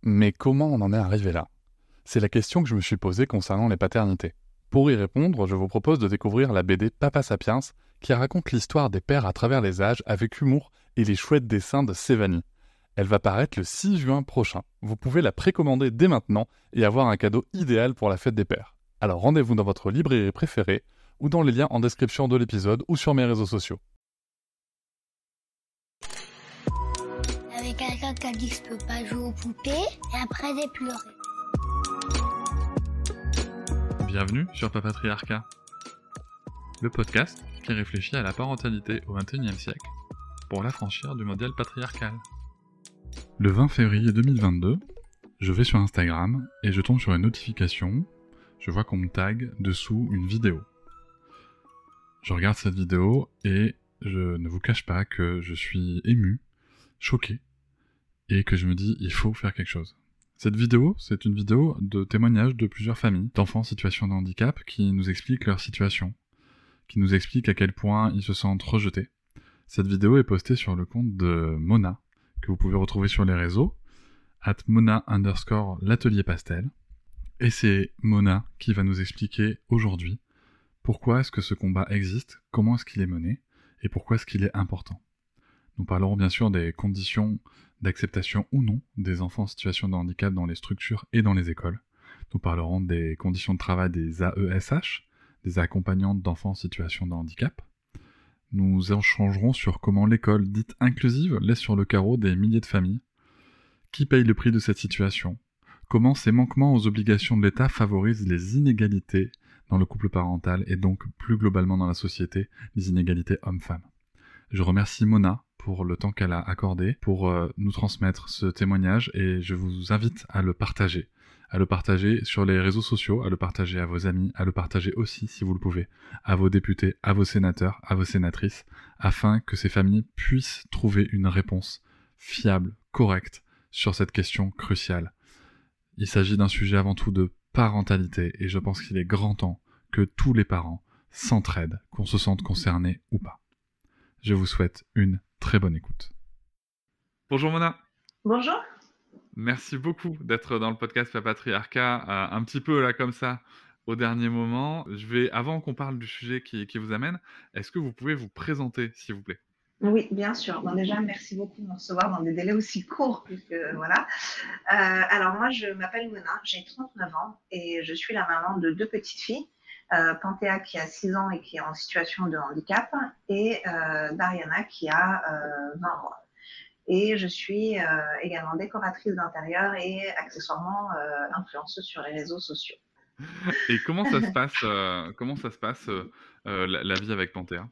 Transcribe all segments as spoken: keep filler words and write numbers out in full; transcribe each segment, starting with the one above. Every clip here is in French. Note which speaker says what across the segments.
Speaker 1: Mais comment on en est arrivé là? C'est la question que je me suis posée concernant les paternités. Pour y répondre, je vous propose de découvrir la B D Papa Sapiens, qui raconte l'histoire des pères à travers les âges avec humour et les chouettes dessins de Sévanie. Elle va paraître le six juin prochain. Vous pouvez la précommander dès maintenant et avoir un cadeau idéal pour la fête des pères. Alors rendez-vous dans votre librairie préférée ou dans les liens en description de l'épisode ou sur mes réseaux sociaux.
Speaker 2: Avec quelqu'un qui a dit que je peux pas jouer aux poupées et après j'ai pleuré.
Speaker 1: Bienvenue sur Papatriarcat, le podcast qui réfléchit à la parentalité au vingt et unième siècle pour l'affranchir du modèle patriarcal. Le vingt février deux mille vingt-deux, je vais sur Instagram et je tombe sur une notification. Je vois qu'on me tag dessous une vidéo. Je regarde cette vidéo et je ne vous cache pas que je suis ému, choqué, et que je me dis il faut faire quelque chose. Cette vidéo, c'est une vidéo de témoignages de plusieurs familles d'enfants en situation de handicap qui nous expliquent leur situation, qui nous expliquent à quel point ils se sentent rejetés. Cette vidéo est postée sur le compte de Mona, que vous pouvez retrouver sur les réseaux, at Mona underscore l'atelier pastel. Et c'est Mona qui va nous expliquer aujourd'hui pourquoi est-ce que ce combat existe, comment est-ce qu'il est mené, et pourquoi est-ce qu'il est important. Nous parlerons bien sûr des conditions d'acceptation ou non des enfants en situation de handicap dans les structures et dans les écoles. Nous parlerons des conditions de travail des A E S H, des accompagnantes d'enfants en situation de handicap. Nous échangerons sur comment l'école dite inclusive laisse sur le carreau des milliers de familles. Qui paye le prix de cette situation? Comment ces manquements aux obligations de l'État favorisent les inégalités dans le couple parental et donc plus globalement dans la société, les inégalités hommes-femmes. Je remercie Mona pour le temps qu'elle a accordé pour euh, nous transmettre ce témoignage et je vous invite à le partager, à le partager sur les réseaux sociaux, à le partager à vos amis, à le partager aussi, si vous le pouvez, à vos députés, à vos sénateurs, à vos sénatrices, afin que ces familles puissent trouver une réponse fiable, correcte, sur cette question cruciale. Il s'agit d'un sujet avant tout de parentalité et je pense qu'il est grand temps que tous les parents s'entraident, qu'on se sente concerné ou pas. Je vous souhaite une très bonne écoute. Bonjour Mona.
Speaker 3: Bonjour.
Speaker 1: Merci beaucoup d'être dans le podcast Papatriarcat, euh, un petit peu là comme ça au dernier moment. Je vais, avant qu'on parle du sujet qui, qui vous amène, est-ce que vous pouvez vous présenter s'il vous plaît?
Speaker 3: Oui, bien sûr. Bon, déjà, merci beaucoup de me recevoir dans des délais aussi courts. Puisque, voilà. Euh, alors, moi, je m'appelle Mona, j'ai trente-neuf ans et je suis la maman de deux petites filles. Euh, Panthéa qui a six ans et qui est en situation de handicap et euh, Dariana qui a euh, vingt mois. Et je suis euh, également décoratrice d'intérieur et accessoirement euh, influenceuse sur les réseaux sociaux.
Speaker 1: Et comment ça se passe, euh, comment ça se passe euh, euh, la, la vie avec Panthéa?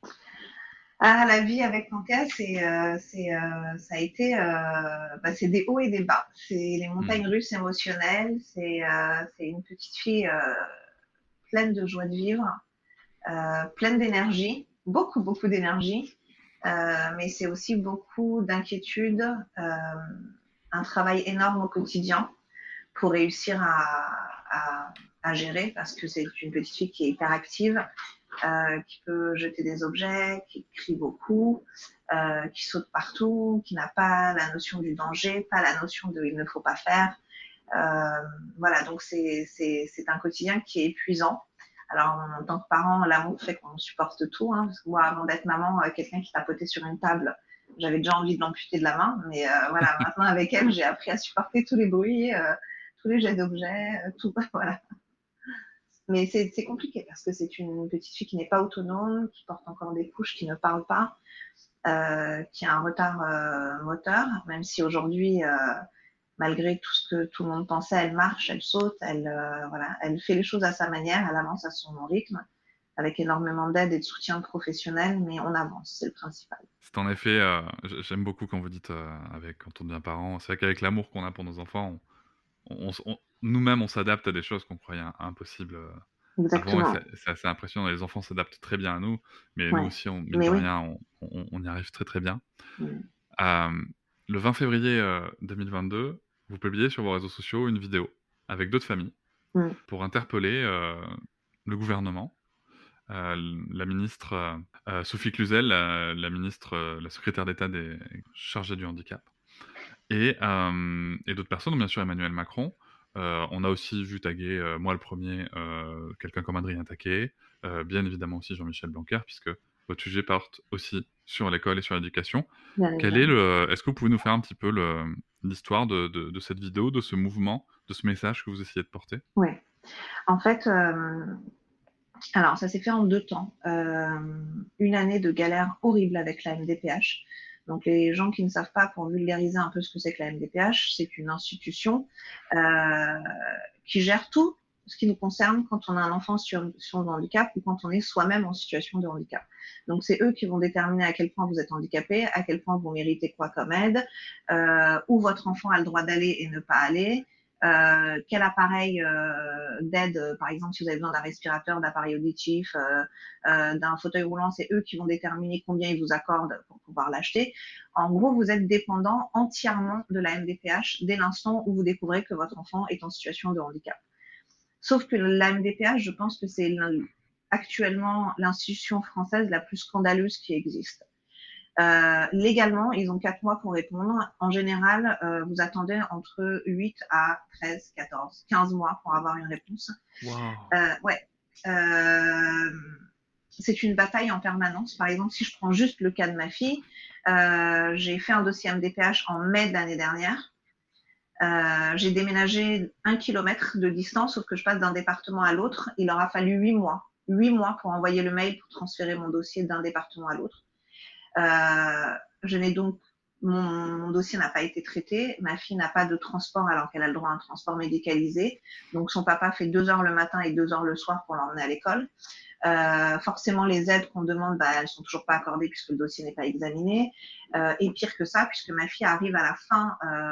Speaker 3: Ah, la vie avec Panthéa, c'est, euh, c'est, euh, ça a été, euh, bah, c'est des hauts et des bas. C'est les montagnes
Speaker 1: Mmh.
Speaker 3: russes émotionnelles. C'est, euh, c'est une petite fille euh, pleine de joie de vivre, euh, pleine d'énergie, beaucoup, beaucoup d'énergie. Euh, mais c'est aussi beaucoup d'inquiétude, euh, un travail énorme au quotidien pour réussir à, à, à gérer parce que c'est une petite fille qui est hyperactive. Euh, qui peut jeter des objets, qui crie beaucoup, euh, qui saute partout, qui n'a pas la notion du danger, pas la notion de il ne faut pas faire. Euh, voilà, donc c'est, c'est, c'est un quotidien qui est épuisant. Alors, en tant que parent, l'amour fait qu'on supporte tout. Hein, parce que moi, avant d'être maman, euh, quelqu'un qui tapotait sur une table, j'avais déjà envie de l'amputer de la main. Mais euh, voilà, maintenant, avec elle, j'ai appris à supporter tous les bruits, euh, tous les jets d'objets, euh, tout. Voilà. Mais c'est, c'est compliqué parce que c'est une petite fille qui n'est pas autonome, qui porte encore des couches, qui ne parle pas, euh, qui a un retard euh, moteur, même si aujourd'hui, euh, malgré tout ce que tout le monde pensait, elle marche, elle saute, elle, euh, voilà, elle fait les choses à sa manière, elle avance à son rythme, avec énormément d'aide et de soutien professionnel, mais on avance, c'est le principal.
Speaker 1: C'est en effet, euh, j'aime beaucoup quand vous dites euh, avec quand on devient parent, c'est vrai qu'avec l'amour qu'on a pour nos enfants, on, on, on, nous-mêmes on s'adapte à des choses qu'on croyait impossibles euh, avant, et
Speaker 3: Exactement.
Speaker 1: c'est, c'est assez impressionnant. Les enfants s'adaptent très bien à nous, mais
Speaker 3: Ouais.
Speaker 1: nous aussi, on, mine
Speaker 3: Mais
Speaker 1: de
Speaker 3: oui.
Speaker 1: rien, on, on, on y arrive très très bien.
Speaker 3: Mm.
Speaker 1: Euh, le vingt février euh, deux mille vingt-deux, vous publiez sur vos réseaux sociaux une vidéo avec d'autres familles
Speaker 3: Mm.
Speaker 1: pour interpeller euh, le gouvernement. Euh, la ministre euh, Sophie Cluzel, la, la ministre, euh, la secrétaire d'État des chargée du handicap, Et, euh, et d'autres personnes, bien sûr Emmanuel Macron. Euh, on a aussi vu taguer, euh, moi le premier, euh, quelqu'un comme Adrien Taquet, euh, bien évidemment aussi Jean-Michel Blanquer, puisque votre sujet porte aussi sur l'école et sur l'éducation.
Speaker 3: bien
Speaker 1: Quel est
Speaker 3: évidemment.
Speaker 1: le, est-ce que vous pouvez nous faire un petit peu le, l'histoire de, de, de cette vidéo, de ce mouvement, de ce message que vous essayez de porter?
Speaker 3: Oui. En fait, euh, alors ça s'est fait en deux temps. Euh, une année de galère horrible avec la M D P H. Donc les gens qui ne savent pas, pour vulgariser un peu ce que c'est que la M D P H, c'est une institution euh, qui gère tout ce qui nous concerne quand on a un enfant en situation de handicap ou quand on est soi-même en situation de handicap. Donc c'est eux qui vont déterminer à quel point vous êtes handicapé, à quel point vous méritez quoi comme aide, euh, où votre enfant a le droit d'aller et ne pas aller, euh, quel appareil euh, d'aide, euh, par exemple si vous avez besoin d'un respirateur, d'appareil auditif, euh, euh, d'un fauteuil roulant, c'est eux qui vont déterminer combien ils vous accordent pour pouvoir l'acheter. En gros, vous êtes dépendant entièrement de la M D P H dès l'instant où vous découvrez que votre enfant est en situation de handicap. Sauf que la M D P H, je pense que c'est actuellement l'institution française la plus scandaleuse qui existe. Euh, légalement, ils ont quatre mois pour répondre. En général, euh, vous attendez entre huit à treize, quatorze, quinze mois pour avoir une réponse.
Speaker 1: Waouh.
Speaker 3: Euh, ouais. Euh, c'est une bataille en permanence. Par exemple, si je prends juste le cas de ma fille, euh, j'ai fait un dossier M D P H en mai de l'année dernière. Euh, j'ai déménagé un kilomètre de distance, sauf que je passe d'un département à l'autre. Il aura fallu huit mois. Huit mois pour envoyer le mail pour transférer mon dossier d'un département à l'autre. Euh, je n'ai donc mon, mon dossier n'a pas été traité. Ma fille n'a pas de transport alors qu'elle a le droit à un transport médicalisé. Donc son papa fait deux heures le matin et deux heures le soir pour l'emmener à l'école. Euh, forcément, les aides qu'on demande, bah, elles sont toujours pas accordées puisque le dossier n'est pas examiné. Euh, et pire que ça, puisque ma fille arrive à la fin euh,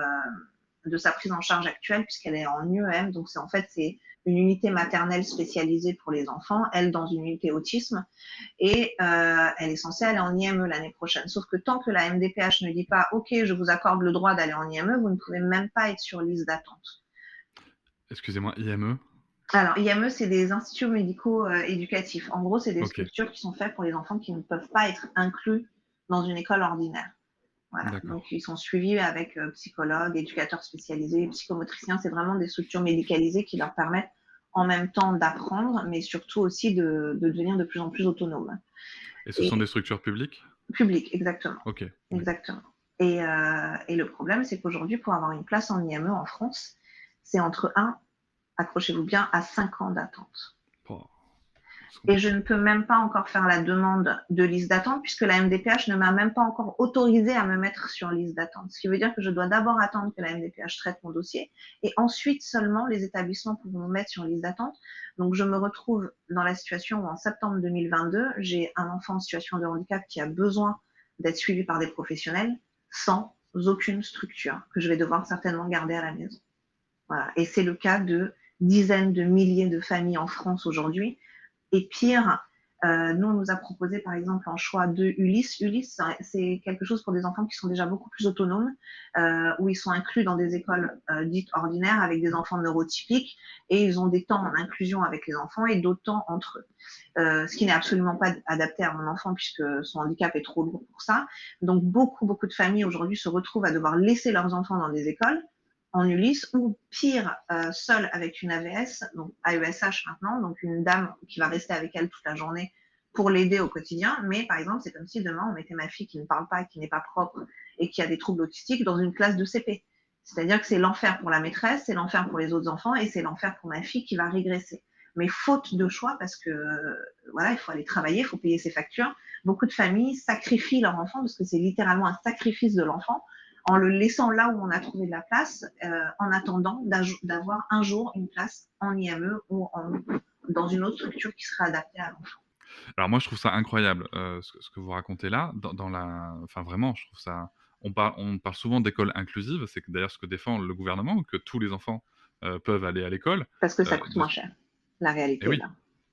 Speaker 3: de sa prise en charge actuelle, puisqu'elle est en U E M, donc c'est en fait c'est une unité maternelle spécialisée pour les enfants, elle dans une unité autisme, et euh, elle est censée aller en I M E l'année prochaine. Sauf que tant que la M D P H ne dit pas OK, je vous accorde le droit d'aller en I M E, vous ne pouvez même pas être sur liste d'attente.
Speaker 1: Excusez-moi, I M E?
Speaker 3: Alors, I M E, c'est des instituts médicaux euh, éducatifs. En gros, c'est des
Speaker 1: Ok,
Speaker 3: structures qui sont faites pour les enfants qui ne peuvent pas être inclus dans une école ordinaire. Voilà.
Speaker 1: d'accord.
Speaker 3: Donc, ils sont suivis avec euh, psychologues, éducateurs spécialisés, psychomotriciens. C'est vraiment des structures médicalisées qui leur permettent en même temps d'apprendre, mais surtout aussi de, de devenir de plus en plus autonomes.
Speaker 1: Et ce sont des
Speaker 3: Et
Speaker 1: structures publiques?
Speaker 3: public, exactement.
Speaker 1: Ok, d'accord.
Speaker 3: Exactement. Et, euh, et le problème, c'est qu'aujourd'hui, pour avoir une place en I M E en France, c'est entre un, accrochez-vous bien, à cinq ans d'attente.
Speaker 1: Oh, c'est
Speaker 3: Et je
Speaker 1: compliqué.
Speaker 3: ne peux même pas encore faire la demande de liste d'attente puisque la M D P H ne m'a même pas encore autorisé à me mettre sur liste d'attente. Ce qui veut dire que je dois d'abord attendre que la M D P H traite mon dossier et ensuite seulement les établissements pourront me mettre sur liste d'attente. Donc je me retrouve dans la situation où en septembre deux mille vingt-deux, j'ai un enfant en situation de handicap qui a besoin d'être suivi par des professionnels sans aucune structure que je vais devoir certainement garder à la maison. Voilà. Et c'est le cas de dizaines de milliers de familles en France aujourd'hui. Et pire, euh, nous, on nous a proposé, par exemple, un choix de Ulysse. Ulysse, c'est quelque chose pour des enfants qui sont déjà beaucoup plus autonomes, euh, où ils sont inclus dans des écoles euh, dites ordinaires avec des enfants neurotypiques, et ils ont des temps en inclusion avec les enfants et d'autres temps entre eux. Euh, ce qui n'est absolument pas adapté à mon enfant puisque son handicap est trop lourd pour ça. Donc, beaucoup, beaucoup de familles aujourd'hui se retrouvent à devoir laisser leurs enfants dans des écoles en Ulysse ou pire, euh, seule avec une A V S, donc A E S H maintenant, donc une dame qui va rester avec elle toute la journée pour l'aider au quotidien. Mais par exemple, c'est comme si demain on mettait ma fille qui ne parle pas, qui n'est pas propre et qui a des troubles autistiques dans une classe de C P. C'est-à-dire que c'est l'enfer pour la maîtresse, c'est l'enfer pour les autres enfants et c'est l'enfer pour ma fille qui va régresser. Mais faute de choix, parce que voilà, il faut aller travailler, il faut payer ses factures. Beaucoup de familles sacrifient leur enfant parce que c'est littéralement un sacrifice de l'enfant en le laissant là où on a trouvé de la place, euh, en attendant d'avoir un jour une place en I M E ou en, dans une autre structure qui serait adaptée à l'enfant.
Speaker 1: Alors moi, je trouve ça incroyable euh, ce, que- ce que vous racontez là. Dans, dans la, enfin vraiment, je trouve ça. On parle, on parle souvent d'école inclusive. C'est d'ailleurs ce que défend le gouvernement, que tous les enfants euh, peuvent aller à l'école.
Speaker 3: Parce que ça
Speaker 1: Euh,
Speaker 3: coûte
Speaker 1: de...
Speaker 3: moins cher. La
Speaker 1: Eh
Speaker 3: réalité est
Speaker 1: oui,
Speaker 3: là.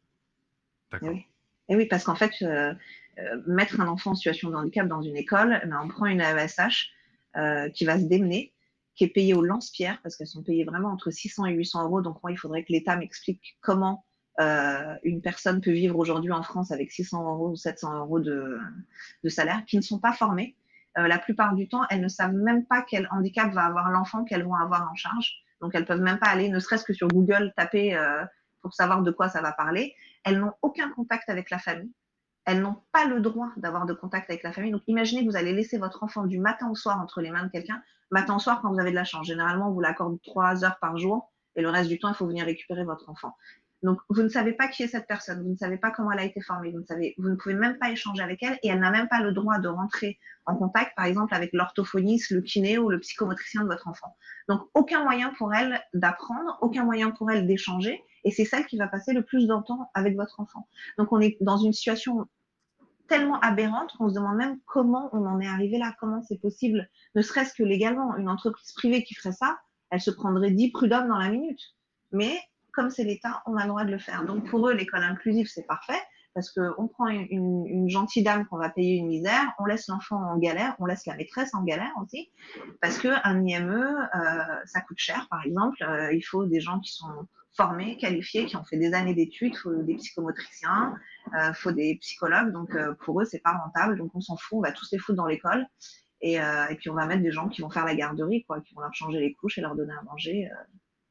Speaker 3: Et
Speaker 1: d'accord.
Speaker 3: oui. Et oui, parce qu'en fait, euh, euh, mettre un enfant en situation de handicap dans une école, ben, on prend une A E S H euh, qui va se démener, qui est payée au lance-pierre, parce qu'elles sont payées vraiment entre six cents et huit cents euros. Donc moi, il faudrait que l'État m'explique comment euh, une personne peut vivre aujourd'hui en France avec six cents euros ou sept cents euros de, de salaire, qui ne sont pas formés. euh, la plupart du temps, elles ne savent même pas quel handicap va avoir l'enfant qu'elles vont avoir en charge. Donc, elles peuvent même pas aller, ne serait-ce que sur Google, taper euh, pour savoir de quoi ça va parler. Elles n'ont aucun contact avec la famille. Elles n'ont pas le droit d'avoir de contact avec la famille. Donc, imaginez que vous allez laisser votre enfant du matin au soir entre les mains de quelqu'un. Matin au soir, quand vous avez de la chance. Généralement, on vous l'accorde trois heures par jour et le reste du temps, il faut venir récupérer votre enfant. Donc, vous ne savez pas qui est cette personne. Vous ne savez pas comment elle a été formée. Vous ne savez, vous ne pouvez même pas échanger avec elle et elle n'a même pas le droit de rentrer en contact, par exemple, avec l'orthophoniste, le kiné ou le psychomotricien de votre enfant. Donc, aucun moyen pour elle d'apprendre, aucun moyen pour elle d'échanger. Et c'est celle qui va passer le plus de temps avec votre enfant. Donc, on est dans une situation tellement aberrante qu'on se demande même comment on en est arrivé là, comment c'est possible, ne serait-ce que légalement. Une entreprise privée qui ferait ça, elle se prendrait dix prud'hommes dans la minute. Mais comme c'est l'État, on a le droit de le faire. Donc pour eux, l'école inclusive, c'est parfait, parce qu'on prend une, une, une gentille dame qu'on va payer une misère, on laisse l'enfant en galère, on laisse la maîtresse en galère aussi, parce qu'un I M E, euh, ça coûte cher, par exemple. Euh, il faut des gens qui sont formés, qualifiés, qui ont fait des années d'études, il faut des psychomotriciens, il euh, faut des psychologues. Donc euh, pour eux, c'est pas rentable, donc on s'en fout, on va tous les foutre dans l'école. Et, euh, et puis on va mettre des gens qui vont faire la garderie, quoi, qui vont leur changer les couches et leur donner à manger. Euh,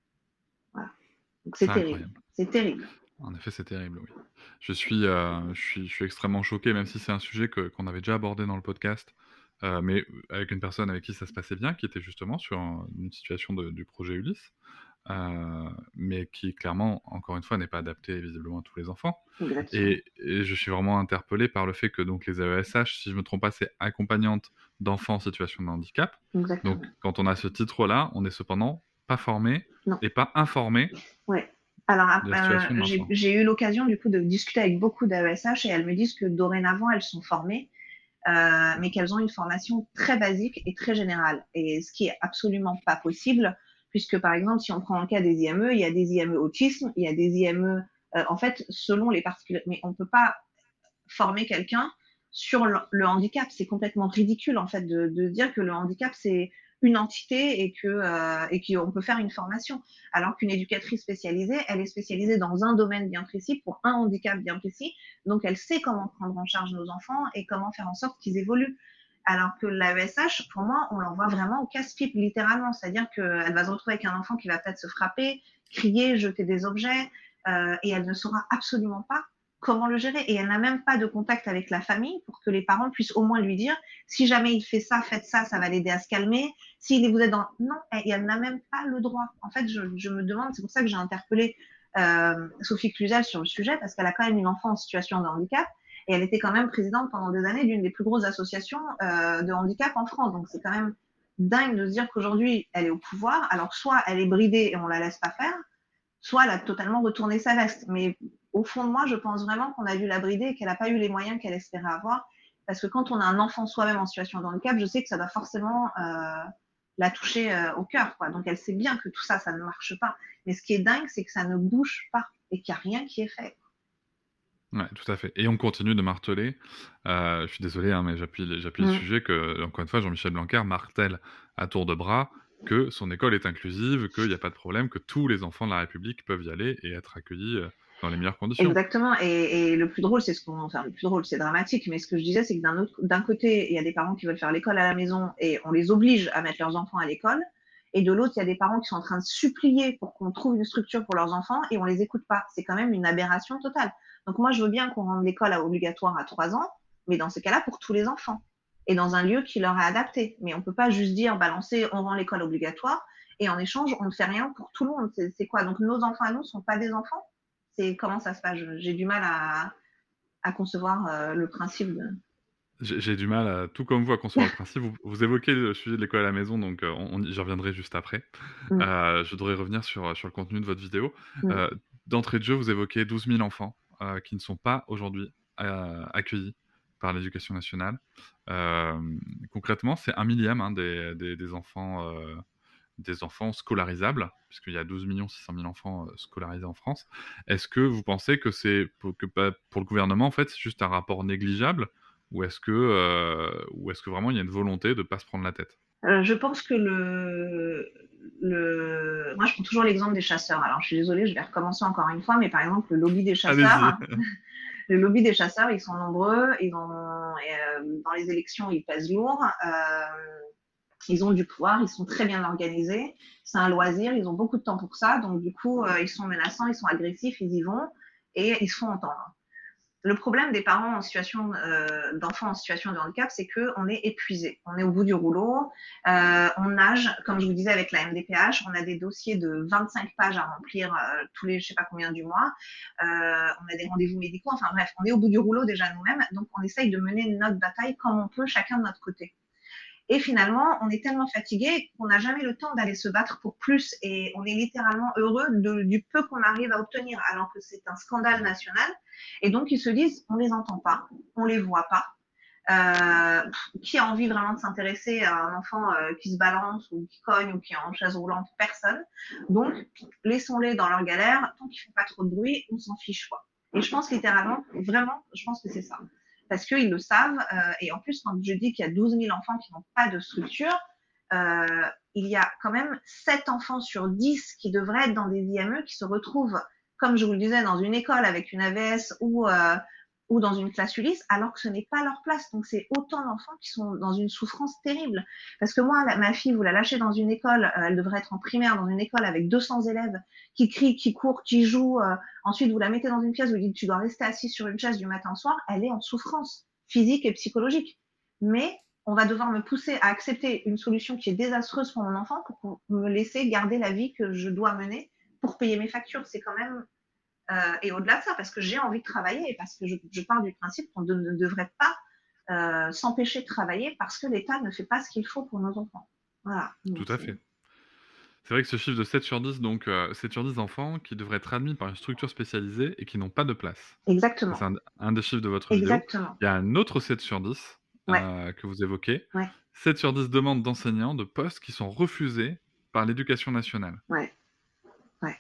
Speaker 3: voilà. Donc c'est, c'est terrible. Incroyable. C'est terrible.
Speaker 1: En effet, c'est terrible, oui. Je suis, euh, je suis, je suis extrêmement choqué, même si c'est un sujet que, qu'on avait déjà abordé dans le podcast, euh, mais avec une personne avec qui ça se passait bien, qui était justement sur un, une situation de, du projet Ulysse, euh, mais qui clairement, encore une fois, n'est pas adapté visiblement à tous les enfants. Et, et je suis vraiment interpellé par le fait que donc, les A E S H, si je ne me trompe pas, c'est accompagnante d'enfants en situation de handicap.
Speaker 3: Exactement.
Speaker 1: Donc quand on a ce titre-là, on est cependant pas formé non. et pas informé.
Speaker 3: Ouais. Alors, euh, j'ai, j'ai eu l'occasion du coup de discuter avec beaucoup d'A E S H et elles me disent que dorénavant, elles sont formées, euh, mais qu'elles ont une formation très basique et très générale. Et ce qui est absolument pas possible, puisque par exemple, si on prend le cas des I M E, il y a des I M E autisme, il y a des I M E, euh, en fait, selon les particularités, mais on peut pas former quelqu'un sur le, le handicap. C'est complètement ridicule, en fait, de, de dire que le handicap, c'est une entité et que euh, et qu'on peut faire une formation, alors qu'une éducatrice spécialisée, elle est spécialisée dans un domaine bien précis pour un handicap bien précis, donc elle sait comment prendre en charge nos enfants et comment faire en sorte qu'ils évoluent. Alors que l'A E S H, pour moi, on l'envoie vraiment au casse-pipe, littéralement, c'est-à-dire qu'elle va se retrouver avec un enfant qui va peut-être se frapper, crier, jeter des objets, euh, et elle ne saura absolument pas comment le gérer. Et elle n'a même pas de contact avec la famille pour que les parents puissent au moins lui dire, si jamais il fait ça, faites ça, ça va l'aider à se calmer. S'il vous êtes dans... Non, et elle n'a même pas le droit. En fait, je, je me demande, c'est pour ça que j'ai interpellé euh, Sophie Cluzel sur le sujet, parce qu'elle a quand même une enfant en situation de handicap, et elle était quand même présidente pendant des années d'une des plus grosses associations euh, de handicap en France. Donc c'est quand même dingue de se dire qu'aujourd'hui, elle est au pouvoir. Alors soit elle est bridée et on la laisse pas faire, soit elle a totalement retourné sa veste. Mais au fond de moi, je pense vraiment qu'on a dû la brider et qu'elle n'a pas eu les moyens qu'elle espérait avoir. Parce que quand on a un enfant soi-même en situation de handicap, je sais que ça doit forcément euh, la toucher euh, au cœur, quoi. Donc elle sait bien que tout ça, ça ne marche pas. Mais ce qui est dingue, c'est que ça ne bouge pas et qu'il n'y a rien qui est fait.
Speaker 1: Ouais, tout à fait. Et on continue de marteler. Euh, je suis désolé, hein, mais j'appuie, j'appuie mmh. le sujet que, encore une fois, Jean-Michel Blanquer martèle à tour de bras que son école est inclusive, qu'il n'y a pas de problème, que tous les enfants de la République peuvent y aller et être accueillis dans les meilleures conditions.
Speaker 3: Exactement. Et, et le plus drôle, c'est ce qu'on, enfin, le plus drôle, c'est dramatique, mais ce que je disais, c'est que d'un autre, d'un côté, il y a des parents qui veulent faire l'école à la maison et on les oblige à mettre leurs enfants à l'école. Et de l'autre, il y a des parents qui sont en train de supplier pour qu'on trouve une structure pour leurs enfants et on les écoute pas. C'est quand même une aberration totale. Donc moi, je veux bien qu'on rende l'école obligatoire à trois ans, mais dans ces cas-là, pour tous les enfants. Et dans un lieu qui leur est adapté. Mais on peut pas juste dire, balancer, on rend l'école obligatoire, et en échange, on ne fait rien pour tout le monde. C'est, c'est quoi? Donc nos enfants à nous sont pas des enfants? C'est comment ça se passe? J'ai du mal à, à concevoir euh, le principe de...
Speaker 1: J'ai, j'ai du mal, à, tout comme vous, à concevoir le principe. Vous, vous évoquez le sujet de l'école à la maison, donc euh, on, on, j'y reviendrai juste après. Mm. Euh, je voudrais revenir sur, sur le contenu de votre vidéo. Mm. Euh, d'entrée de jeu, vous évoquez douze mille enfants euh, qui ne sont pas aujourd'hui euh, accueillis par l'éducation nationale. Euh, concrètement, c'est un millième hein, des, des, des, enfants, euh, des enfants scolarisables, puisqu'il y a douze millions six cent mille enfants euh, scolarisés en France. Est-ce que vous pensez que c'est pour, que, pour le gouvernement, en fait, c'est juste un rapport négligeable, ou est-ce que, euh, ou est-ce que vraiment il y a une volonté de ne pas se prendre la tête?
Speaker 3: euh, Je pense que le, le... Moi, je prends toujours l'exemple des chasseurs. Alors, je suis désolée, je vais recommencer encore une fois, mais par exemple, le lobby des chasseurs... Le lobby des chasseurs, ils sont nombreux, ils ont, euh, dans les élections, ils pèsent lourd, euh, ils ont du pouvoir, ils sont très bien organisés, c'est un loisir, ils ont beaucoup de temps pour ça, donc du coup, euh, ils sont menaçants, ils sont agressifs, ils y vont et ils se font entendre. Le problème des parents en situation, euh, d'enfants en situation de handicap, c'est qu'on est épuisé. On est au bout du rouleau. Euh, on nage, comme je vous disais avec la M D P H, on a des dossiers de vingt-cinq pages à remplir euh, tous les je sais pas combien du mois. Euh, on a des rendez-vous médicaux. Enfin bref, on est au bout du rouleau déjà nous-mêmes. Donc on essaye de mener notre bataille comme on peut, chacun de notre côté. Et finalement, on est tellement fatigué qu'on n'a jamais le temps d'aller se battre pour plus. Et on est littéralement heureux de, du peu qu'on arrive à obtenir, alors que c'est un scandale national. Et donc, ils se disent, on les entend pas, on les voit pas. Euh, qui a envie vraiment de s'intéresser à un enfant euh, qui se balance ou qui cogne ou qui est en chaise roulante? Personne. Donc, laissons-les dans leur galère. Tant qu'ils font pas trop de bruit, on s'en fiche, quoi. Et je pense littéralement, vraiment, je pense que c'est ça. Parce qu'ils le savent. Euh, et en plus, quand je dis qu'il y a douze mille enfants qui n'ont pas de structure, euh, il y a quand même sept enfants sur dix qui devraient être dans des I M E qui se retrouvent, comme je vous le disais, dans une école avec une A V S ou, euh, ou dans une classe Ulysse, alors que ce n'est pas leur place. Donc, c'est autant d'enfants qui sont dans une souffrance terrible. Parce que moi, la, ma fille, vous la lâchez dans une école, euh, elle devrait être en primaire, dans une école avec deux cents élèves qui crient, qui courent, qui jouent. Euh, ensuite, vous la mettez dans une pièce, vous lui dites tu dois rester assis sur une chaise du matin au soir. Elle est en souffrance physique et psychologique. Mais on va devoir me pousser à accepter une solution qui est désastreuse pour mon enfant pour me laisser garder la vie que je dois mener pour payer mes factures. C'est quand même... Euh, et au-delà de ça, parce que j'ai envie de travailler et parce que je, je pars du principe qu'on de, ne devrait pas euh, s'empêcher de travailler parce que l'État ne fait pas ce qu'il faut pour nos enfants. Voilà.
Speaker 1: Donc, Tout à fait. C'est vrai que ce chiffre de sept sur dix, donc euh, sept sur dix enfants qui devraient être admis par une structure spécialisée et qui n'ont pas de place.
Speaker 3: Exactement.
Speaker 1: C'est un, un des chiffres de votre
Speaker 3: Exactement.
Speaker 1: vidéo. Il y a un autre sept sur dix
Speaker 3: ouais.
Speaker 1: euh, que vous évoquez.
Speaker 3: Ouais.
Speaker 1: sept sur dix demandes d'enseignants de postes qui sont refusés par l'éducation nationale.
Speaker 3: Ouais. Ouais.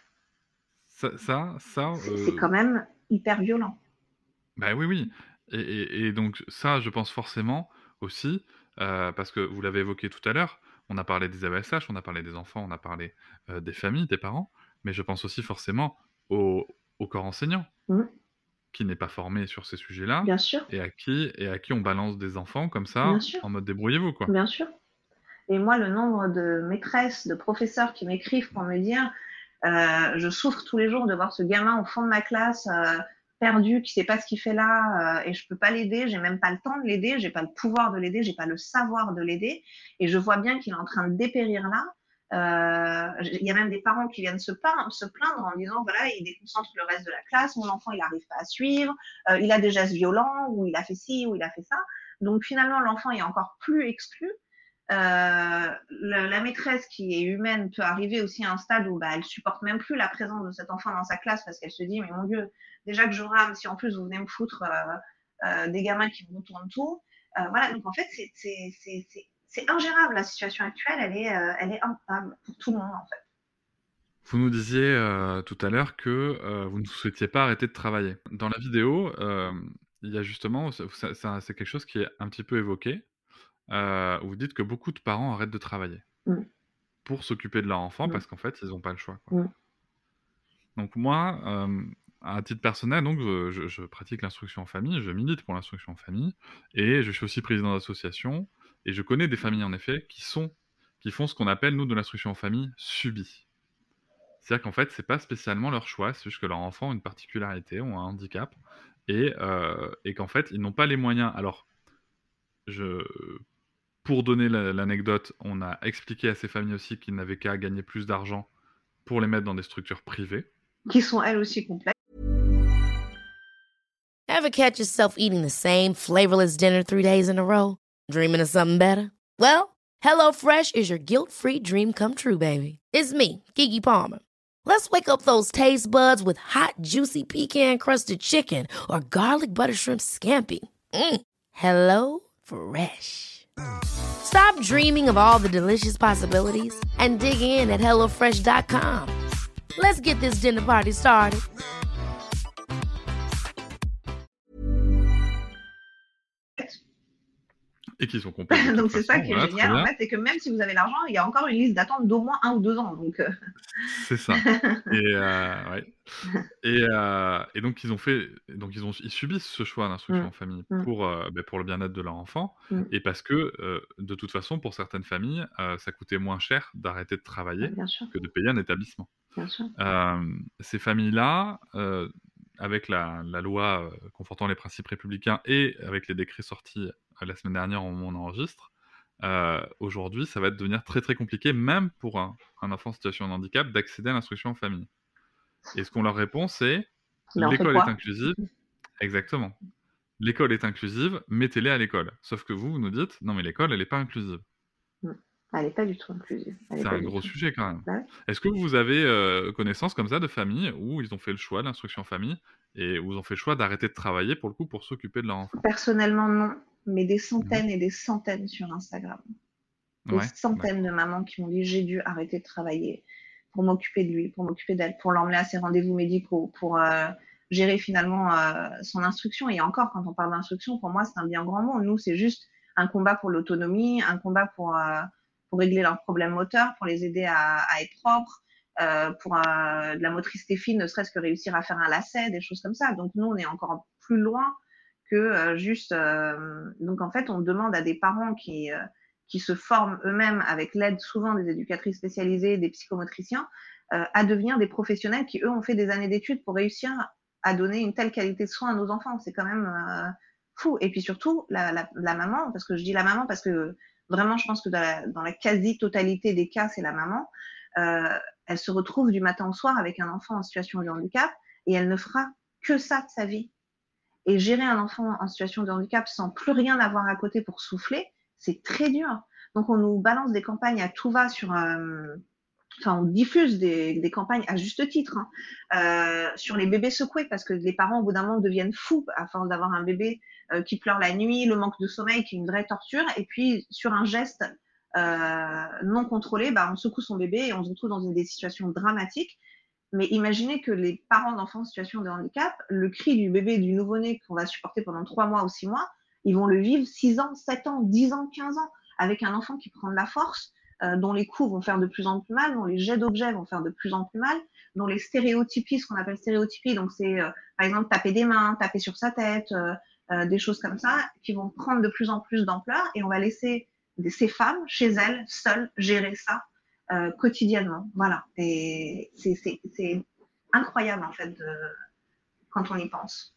Speaker 1: Ça, ça, ça
Speaker 3: c'est,
Speaker 1: euh...
Speaker 3: c'est quand même hyper violent.
Speaker 1: Bah oui, oui. Et, et, et donc ça, je pense forcément aussi, euh, parce que vous l'avez évoqué tout à l'heure, on a parlé des A E S H, on a parlé des enfants, on a parlé euh, des familles, des parents, mais je pense aussi forcément au, au corps enseignant, mmh. qui n'est pas formé sur ces sujets-là,
Speaker 3: Bien sûr.
Speaker 1: Et, à qui, et à qui on balance des enfants comme ça, en mode débrouillez-vous, quoi.
Speaker 3: Bien sûr. Et moi, le nombre de maîtresses, de professeurs qui m'écrivent pour me dire euh, je souffre tous les jours de voir ce gamin au fond de ma classe, euh, perdu, qui sait pas ce qu'il fait là, euh, et je peux pas l'aider, j'ai même pas le temps de l'aider, j'ai pas le pouvoir de l'aider, j'ai pas le savoir de l'aider, et je vois bien qu'il est en train de dépérir là. Euh, il y a même des parents qui viennent se plaindre, se plaindre en disant voilà, il déconcentre le reste de la classe, mon enfant il arrive pas à suivre, euh, il a des gestes violents, ou il a fait ci, ou il a fait ça. Donc finalement l'enfant est encore plus exclu. Euh, la, la maîtresse qui est humaine peut arriver aussi à un stade où bah, elle supporte même plus la présence de cet enfant dans sa classe parce qu'elle se dit mais mon Dieu, déjà que je rame, si en plus vous venez me foutre euh, euh, des gamins qui me retournent tout, euh, voilà. Donc en fait c'est, c'est, c'est, c'est, c'est ingérable, la situation actuelle, elle est, euh, elle est intenable pour tout le monde en fait.
Speaker 1: Vous nous disiez euh, tout à l'heure que euh, vous ne souhaitiez pas arrêter de travailler. Dans la vidéo, euh, il y a justement, ça, ça, c'est quelque chose qui est un petit peu évoqué. Euh, vous dites que beaucoup de parents arrêtent de travailler mmh. pour s'occuper de leur enfant mmh. parce qu'en fait, ils n'ont pas le choix, quoi. Mmh. Donc moi, euh, à titre personnel, donc, je, je pratique l'instruction en famille, je milite pour l'instruction en famille, et je suis aussi président d'association, et je connais des familles, en effet, qui, sont, qui font ce qu'on appelle, nous, de l'instruction en famille, subie. C'est-à-dire qu'en fait, c'est pas spécialement leur choix, c'est juste que leur enfant a une particularité, ont un handicap, et, euh, et qu'en fait, ils n'ont pas les moyens. Alors, je... Pour donner la, l'anecdote, on a expliqué à ces familles aussi qu'ils n'avaient qu'à gagner plus d'argent pour les mettre dans des structures privées.
Speaker 3: Qui sont elles aussi complexes.
Speaker 4: Ever catch yourself eating the same flavorless dinner three days in a row? Dreaming of something better? Well, HelloFresh is your guilt-free dream come true, baby. It's me, Keke Palmer. Let's wake up those taste buds with hot, juicy pecan-crusted chicken or garlic butter shrimp scampi. Mm. Hello Fresh. Stop dreaming of all the delicious possibilities and dig in at hello fresh dot com. Let's get this dinner party started.
Speaker 1: Et qui sont complètes de toute
Speaker 3: Donc c'est ça
Speaker 1: façon,
Speaker 3: qui est
Speaker 1: voilà, très
Speaker 3: génial en
Speaker 1: bien.
Speaker 3: fait, c'est que même si vous avez l'argent, il y a encore une liste d'attente d'au moins un ou deux ans donc heu
Speaker 1: C'est ça et heu, ouais et heu et donc ils ont fait donc ils ont ils subissent ce choix d'instruction
Speaker 3: Mmh.
Speaker 1: en famille
Speaker 3: Mmh.
Speaker 1: pour, heu, beh, pour le bien-être de leur enfant
Speaker 3: Mmh.
Speaker 1: et parce que, heu, de toute façon, pour certaines familles, heu, ça coûtait moins cher d'arrêter de
Speaker 3: Bah,
Speaker 1: travailler
Speaker 3: bien sûr,
Speaker 1: que de payer un établissement.
Speaker 3: bien sûr.
Speaker 1: Hem, ces familles-là, heu, avec la la loi, heu, confortant les principes républicains et avec les décrets sortis, heu, la semaine dernière au moment où on enregistre, heu, aujourd'hui, ça va devenir très, très compliqué, même pour un un enfant en situation de handicap, d'accéder à l'instruction en famille et ce qu'on leur répond, c'est:
Speaker 3: Mais on fait
Speaker 1: «L'école est
Speaker 3: quoi?
Speaker 1: inclusive». Exactement. «L'école est inclusive, mettez-les à l'école». Sauf que vous, vous nous dites: «Non, mais l'école, elle est pas inclusive».
Speaker 3: Mmh. Elle est pas du tout inclusive, elle est
Speaker 1: C'est
Speaker 3: pas
Speaker 1: un
Speaker 3: du
Speaker 1: gros
Speaker 3: tout.
Speaker 1: sujet quand même.
Speaker 3: Bah ouais.
Speaker 1: Est-ce que vous avez, heu, connaissance comme ça de familles où ils ont fait le choix de l'instruction en famille et où ils ont fait le choix d'arrêter de travailler pour le coup, pour s'occuper de leur enfant?
Speaker 3: Personnellement non, mais des
Speaker 1: Mmh mh.
Speaker 3: centaines et des centaines sur Instagram. Des
Speaker 1: Ouais,
Speaker 3: centaines de
Speaker 1: d'accord.
Speaker 3: mamans qui m'ont dit: «J'ai dû arrêter de travailler pour m'occuper de lui, pour m'occuper d'elle, pour l'emmener à ses rendez-vous médicaux, pour, heu, gérer finalement, heu, son instruction» et encore quand on parle d'instruction, pour moi, c'est un bien grand mot. Nous, c'est juste un combat pour l'autonomie, un combat pour, heu, pour régler leurs problèmes moteurs, pour les aider à à être propres, heu, pour, heu, de la motricité fine, ne serait-ce que réussir à faire un lacet, des choses comme ça. Donc nous, on est encore plus loin que, heu, juste, hem donc en fait, on demande à des parents qui, heu, qui se forment eux-mêmes avec l'aide souvent des éducatrices spécialisées, des psychomotriciens, heu, à devenir des professionnels qui, eux, ont fait des années d'études pour réussir à donner une telle qualité de soins à nos enfants. C'est quand même, heu, fou et puis surtout la la la maman, parce que je dis la maman parce que vraiment je pense que dans la dans la quasi-totalité des cas, c'est la maman, heu, elle se retrouve du matin au soir avec un enfant en situation de handicap et elle ne fera que ça de sa vie et gérer un enfant en situation de handicap sans plus rien avoir à côté pour souffler, c'est très dur. Donc on nous balance des campagnes à tout va sur, euh, enfin on diffuse des, des campagnes à juste titre hein, euh, sur les bébés secoués parce que les parents au bout d'un moment deviennent fous à force d'avoir un bébé euh, qui pleure la nuit, le manque de sommeil qui est une vraie torture et puis sur un geste euh, non contrôlé, bah, on secoue son bébé et on se retrouve dans une, des situations dramatiques. Mais imaginez que les parents d'enfants en situation de handicap, le cri du bébé, du nouveau-né qu'on va supporter pendant trois mois ou six mois, ils vont le vivre six ans, sept ans, dix ans, quinze ans, avec un enfant qui prend de la force, euh, dont les coups vont faire de plus en plus mal, dont les jets d'objets vont faire de plus en plus mal, dont les stéréotypies, ce qu'on appelle stéréotypies, donc c'est euh, par exemple taper des mains, taper sur sa tête, euh, euh, des choses comme ça, qui vont prendre de plus en plus d'ampleur et on va laisser des, ces femmes chez elles, seules, gérer ça euh, quotidiennement. Voilà. Et c'est, c'est, c'est incroyable, en fait, de, quand on y pense.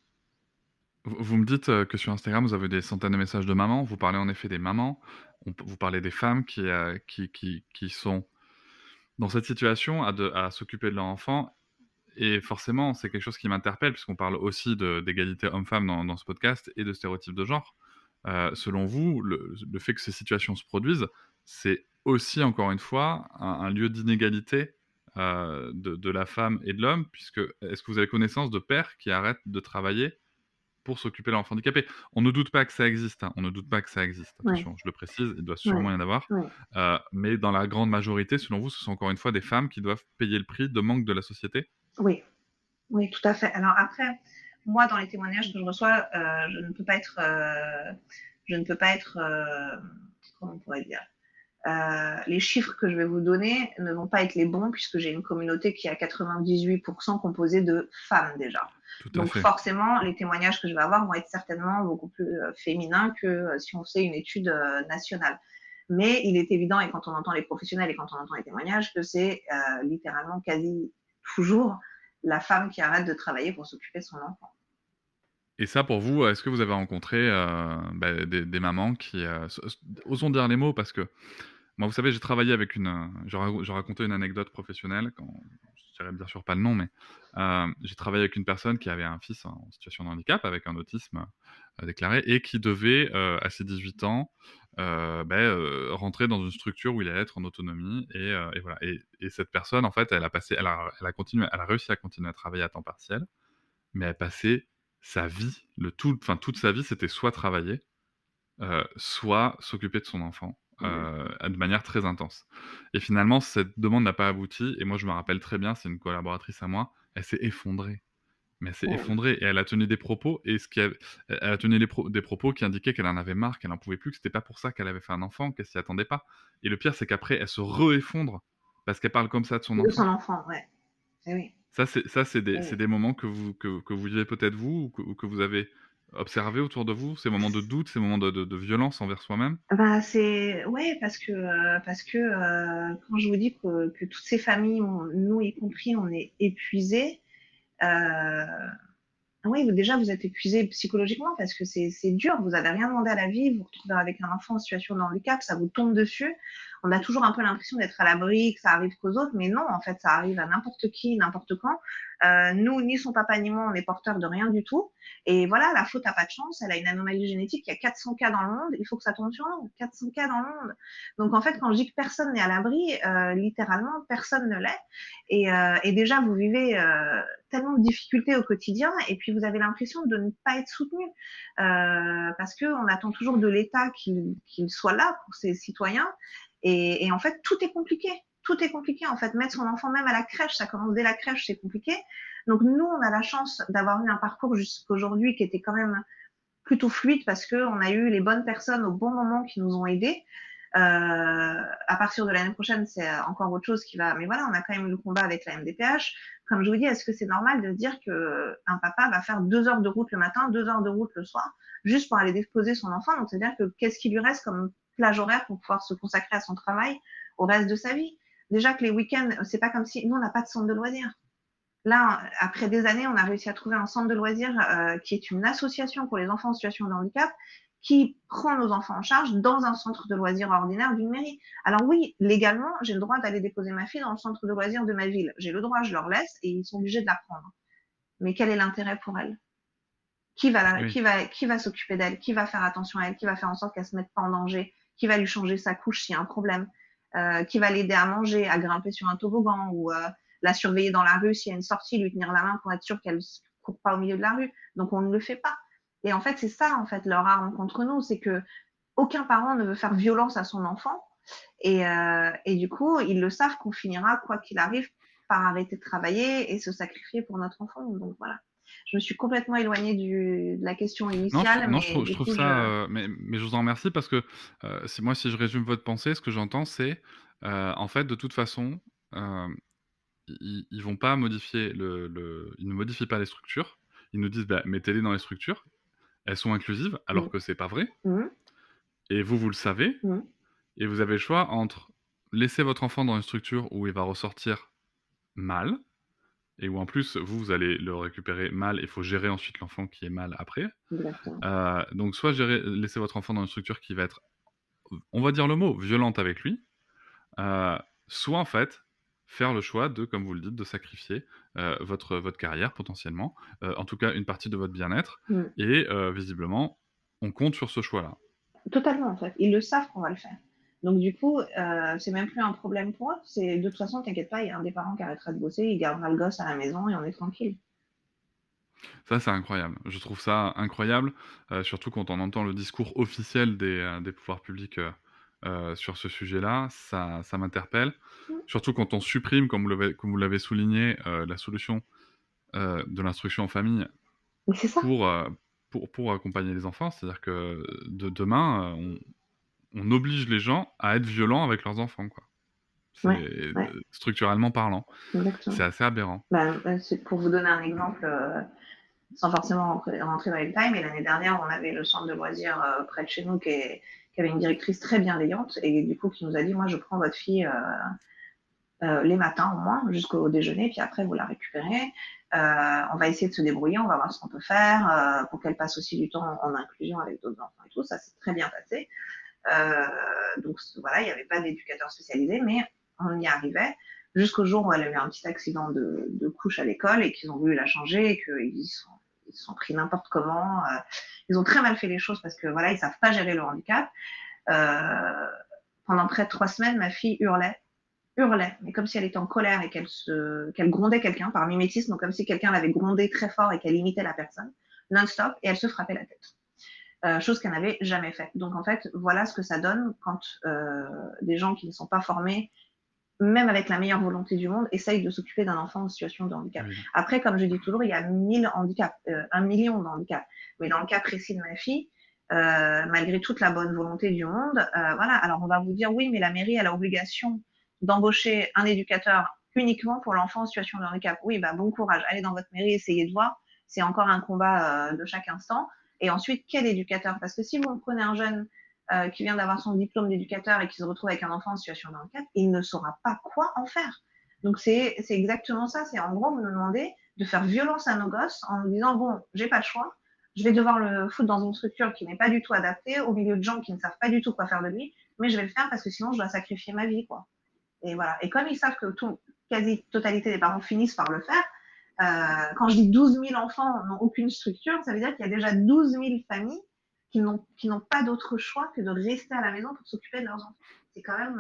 Speaker 1: Vous vous me dites, heu, que sur Instagram, vous avez des centaines de messages de mamans. Vous parlez en effet des mamans. On p Vous parlez des femmes qui, heu, qui qui qui sont dans cette situation à de à s'occuper de leur enfant et forcément, c'est quelque chose qui m'interpelle puisqu'on parle aussi de d'égalité homme-femme dans dans ce podcast et de stéréotypes de genre. Heu, selon vous, le le fait que ces situations se produisent, c'est aussi encore une fois un un lieu d'inégalité, heu, de de la femme et de l'homme puisque est-ce que vous avez connaissance de pères qui arrêtent de travailler pour s'occuper de l'enfant handicapé? On ne doute pas que ça existe, hein, on ne doute pas que ça existe,
Speaker 3: Ouais,
Speaker 1: attention, je le précise, il doit
Speaker 3: ouais,
Speaker 1: sûrement y en avoir,
Speaker 3: ouais.
Speaker 1: heu, mais dans la grande majorité, selon vous, ce sont encore une fois des femmes qui doivent payer le prix de manque de la société?
Speaker 3: Oui, oui, tout à fait. Alors après, moi, dans les témoignages que je reçois, euh, je ne peux pas être, euh, je ne peux pas être, euh, comment on pourrait dire, euh, les chiffres que je vais vous donner ne vont pas être les bons puisque j'ai une communauté qui est à quatre-vingt-dix-huit pour cent composée de femmes déjà.
Speaker 1: Tout à
Speaker 3: Donc
Speaker 1: fait.
Speaker 3: forcément, les témoignages que je vais avoir vont être certainement beaucoup plus euh, féminins que euh, si on fait une étude euh, nationale. Mais il est évident, et quand on entend les professionnels et quand on entend les témoignages, que c'est euh, littéralement quasi toujours la femme qui arrête de travailler pour s'occuper de son enfant.
Speaker 1: Et ça pour vous, est-ce que vous avez rencontré, heu, bah, des des mamans qui, heu, s s osons dire les mots parce que moi, vous savez, j'ai travaillé avec une, heu, je vais je vais raconter une anecdote professionnelle quand je dirai bien sûr pas le nom, mais, heu, j'ai travaillé avec une personne qui avait un fils en situation de handicap avec un autisme, heu, déclaré et qui devait, heu, à ses dix-huit ans, heu, beh, heu, rentrer dans une structure où il allait être en autonomie et heu et voilà et et cette personne, en fait, elle a passé elle a elle a continué elle a réussi à continuer à travailler à temps partiel, mais elle passait sa vie, le tout enfin toute sa vie, c'était soit travailler, heu, soit s'occuper de son enfant,
Speaker 3: Mmh.
Speaker 1: heu, de manière très intense et finalement cette demande n'a pas abouti et moi je me rappelle très bien, c'est une collaboratrice à moi, elle s'est effondrée. Mais elle s'est
Speaker 3: Ouais.
Speaker 1: effondrée et elle a tenu des propos et ce qui a elle a tenu les pro des propos qui indiquaient qu'elle en avait marre, qu'elle en pouvait plus, que c'était pas pour ça qu'elle avait fait un enfant, qu'elle s'y attendait pas. Et le pire, c'est qu'après, elle se re-effondre parce qu'elle parle comme ça de son
Speaker 3: De son
Speaker 1: enfant.
Speaker 3: enfant, ouais. Eh oui.
Speaker 1: Ça, c'est ça, c'est des
Speaker 3: Eh
Speaker 1: c'est
Speaker 3: oui.
Speaker 1: des moments que vous que que vous vivez peut-être vous ou que ou que vous avez observés autour de vous? Ces moments de doute, ces moments de de de violence envers soi-même?
Speaker 3: Bah, c'est ouais, parce que, heu, parce que, heu, quand je vous dis que que toutes ces familles, on nous y compris, on est épuisés, heu oui, déjà, vous êtes épuisé psychologiquement parce que c'est c'est dur. Vous avez rien demandé à la vie, vous vous retrouvez avec un enfant en situation de handicap, ça vous tombe dessus. On a toujours un peu l'impression d'être à l'abri, que ça arrive qu'aux autres, mais non, en fait, ça arrive à n'importe qui, n'importe quand. Euh, nous, ni son papa ni moi, on est porteurs de rien du tout. Et voilà, la faute a pas de chance, elle a une anomalie génétique, il y a quatre cents cas dans le monde, il faut que ça tombe sur nous, quatre cents cas dans le monde. Donc en fait, quand je dis que personne n'est à l'abri, euh, littéralement, personne ne l'est. Et, euh, et déjà, vous vivez euh, tellement de difficultés au quotidien et puis vous avez l'impression de ne pas être soutenu euh, parce qu'on attend toujours de l'État qu'il qu'il soit là pour ses citoyens et, et en fait tout est compliqué. Tout est compliqué en fait. Mettre son enfant même à la crèche, ça commence dès la crèche, c'est compliqué. Donc nous, on a la chance d'avoir eu un parcours jusqu'aujourd'hui qui était quand même plutôt fluide parce qu'on a eu les bonnes personnes au bon moment qui nous ont aidés. Euh, à partir de l'année prochaine, c'est encore autre chose qui va. Mais voilà, on a quand même eu le combat avec la M D P H. Comme je vous dis, est-ce que c'est normal de dire que un papa va faire deux heures de route le matin, deux heures de route le soir, juste pour aller déposer son enfant? Donc c'est-à-dire que qu'est-ce qui lui reste comme plage horaire pour pouvoir se consacrer à son travail au reste de sa vie? Déjà que les week-ends, c'est pas comme si nous on n'a pas de centre de loisirs. Là, après des années, on a réussi à trouver un centre de loisirs euh, qui est une association pour les enfants en situation de handicap qui prend nos enfants en charge dans un centre de loisirs ordinaire d'une mairie. Alors oui, légalement, j'ai le droit d'aller déposer ma fille dans le centre de loisirs de ma ville. J'ai le droit, je leur laisse et ils sont obligés de la prendre. Mais quel est l'intérêt pour elle? Qui va, la,
Speaker 1: Oui.
Speaker 3: qui va, qui va s'occuper d'elle? Qui va faire attention à elle? Qui va faire en sorte qu'elle se mette pas en danger? Qui va lui changer sa couche s'il y a un problème? euh, Qui va l'aider à manger, à grimper sur un toboggan ou euh, la surveiller dans la rue s'il y a une sortie, lui tenir la main pour être sûr qu'elle ne court pas au milieu de la rue? Donc on ne le fait pas. Et en fait, c'est ça en fait leur arme contre nous, c'est que aucun parent ne veut faire violence à son enfant. Et, euh, et du coup, ils le savent qu'on finira, quoi qu'il arrive, par arrêter de travailler et se sacrifier pour notre enfant. Donc voilà. Je me suis complètement éloignée du, de la question
Speaker 1: Non, je, trou-
Speaker 3: initiale,
Speaker 1: non, je
Speaker 3: mais
Speaker 1: trouve, je
Speaker 3: du
Speaker 1: trouve
Speaker 3: coup, je...
Speaker 1: ça, euh, mais, mais je vous en remercie parce que euh, si moi, si je résume votre pensée, ce que j'entends, c'est euh, en fait, de toute façon, euh, ils, ils vont pas modifier le, le- ils ne modifient pas les structures. Ils nous disent, bah, mettez-les dans les structures. Elles sont inclusives, alors
Speaker 3: Mmh.
Speaker 1: que c'est pas vrai.
Speaker 3: Mmh.
Speaker 1: Et vous, vous le savez.
Speaker 3: Mmh.
Speaker 1: Et vous avez le choix entre laisser votre enfant dans une structure où il va ressortir mal, et où en plus, vous, vous allez le récupérer mal, et il faut gérer ensuite l'enfant qui est mal après.
Speaker 3: Exactement.
Speaker 1: Euh, donc, soit gérer, laisser votre enfant dans une structure qui va être, on va dire le mot, violente avec lui, euh, soit en fait, faire le choix de, comme vous le dites, de sacrifier euh, votre, votre carrière potentiellement, euh, en tout cas une partie de votre bien-être,
Speaker 3: Mmh.
Speaker 1: et euh, visiblement, on compte sur ce choix-là.
Speaker 3: Totalement, en fait. Ils le savent qu'on va le faire. Donc du coup, euh, c'est même plus un problème pour eux. C'est de toute façon, t'inquiète pas, il y a un des parents qui arrêtera de bosser, il gardera le gosse à la maison et on est tranquille.
Speaker 1: Ça, c'est incroyable. Je trouve ça incroyable, euh, surtout quand on entend le discours officiel des, euh, des pouvoirs publics euh, euh, sur ce sujet-là. Ça, ça m'interpelle.
Speaker 3: Mmh.
Speaker 1: Surtout quand on supprime, comme vous l'avez, comme vous l'avez souligné, euh, la solution euh, de l'instruction en famille
Speaker 3: Mais c'est ça.
Speaker 1: pour, euh, pour, pour accompagner les enfants. C'est-à-dire que de demain, euh, on, on oblige les gens à être violents avec leurs enfants, quoi. C'est
Speaker 3: Ouais, ouais,
Speaker 1: euh, structurellement parlant.
Speaker 3: exactement.
Speaker 1: C'est assez aberrant.
Speaker 3: Ben, ben, c'est pour vous donner un exemple, euh, sans forcément rentrer, rentrer dans les détails, mais l'année dernière, on avait le centre de loisirs euh, près de chez nous qui, est, qui avait une directrice très bienveillante et du coup qui nous a dit, moi je prends votre fille euh, euh, les matins au moins jusqu'au déjeuner, puis après vous la récupérez. Euh, on va essayer de se débrouiller, on va voir ce qu'on peut faire euh, pour qu'elle passe aussi du temps en, en inclusion avec d'autres enfants et tout. Ça s'est très bien passé. Euh, donc voilà, il n'y avait pas d'éducateur spécialisé, mais on y arrivait jusqu'au jour où elle a eu un petit accident de, de couche à l'école et qu'ils ont voulu la changer et qu'ils sont, ils se sont pris n'importe comment. Euh, ils ont très mal fait les choses parce que voilà, ils savent pas gérer le handicap. Euh, pendant près de trois semaines, ma fille hurlait, hurlait, mais comme si elle était en colère et qu'elle se, qu'elle grondait quelqu'un par mimétisme, donc comme si quelqu'un l'avait grondée très fort et qu'elle imitait la personne non-stop et elle se frappait la tête. Euh, chose qu'elle n'avait jamais faite. Donc en fait, voilà ce que ça donne quand euh, des gens qui ne sont pas formés même avec la meilleure volonté du monde, essaye de s'occuper d'un enfant en situation de handicap.
Speaker 1: Oui.
Speaker 3: Après, comme je dis toujours, il y a mille handicaps, euh, un million de handicaps. Mais dans le cas précis de ma fille, euh, malgré toute la bonne volonté du monde, euh, voilà. Alors on va vous dire oui, mais la mairie elle a obligation d'embaucher un éducateur uniquement pour l'enfant en situation de handicap. Oui, bah bon courage, allez dans votre mairie, essayez de voir. C'est encore un combat euh, de chaque instant. Et ensuite, quel éducateur? Parce que si vous prenez un jeune euh, qui vient d'avoir son diplôme d'éducateur et qui se retrouve avec un enfant en situation de handicap, il ne saura pas quoi en faire. Donc c'est c'est exactement ça. C'est en gros, vous nous demandez de faire violence à nos gosses en nous disant bon, j'ai pas le choix, je vais devoir le foutre dans une structure qui n'est pas du tout adaptée, au milieu de gens qui ne savent pas du tout quoi faire de lui, mais je vais le faire parce que sinon je dois sacrifier ma vie, quoi. Et voilà. Et comme ils savent que tout, quasi totalité des parents finissent par le faire, euh, quand je dis douze mille enfants n'ont aucune structure, ça veut dire qu'il y a déjà douze mille familles qui n'ont qui n'ont pas d'autre choix que de rester à la maison pour s'occuper de leurs enfants. C'est quand même.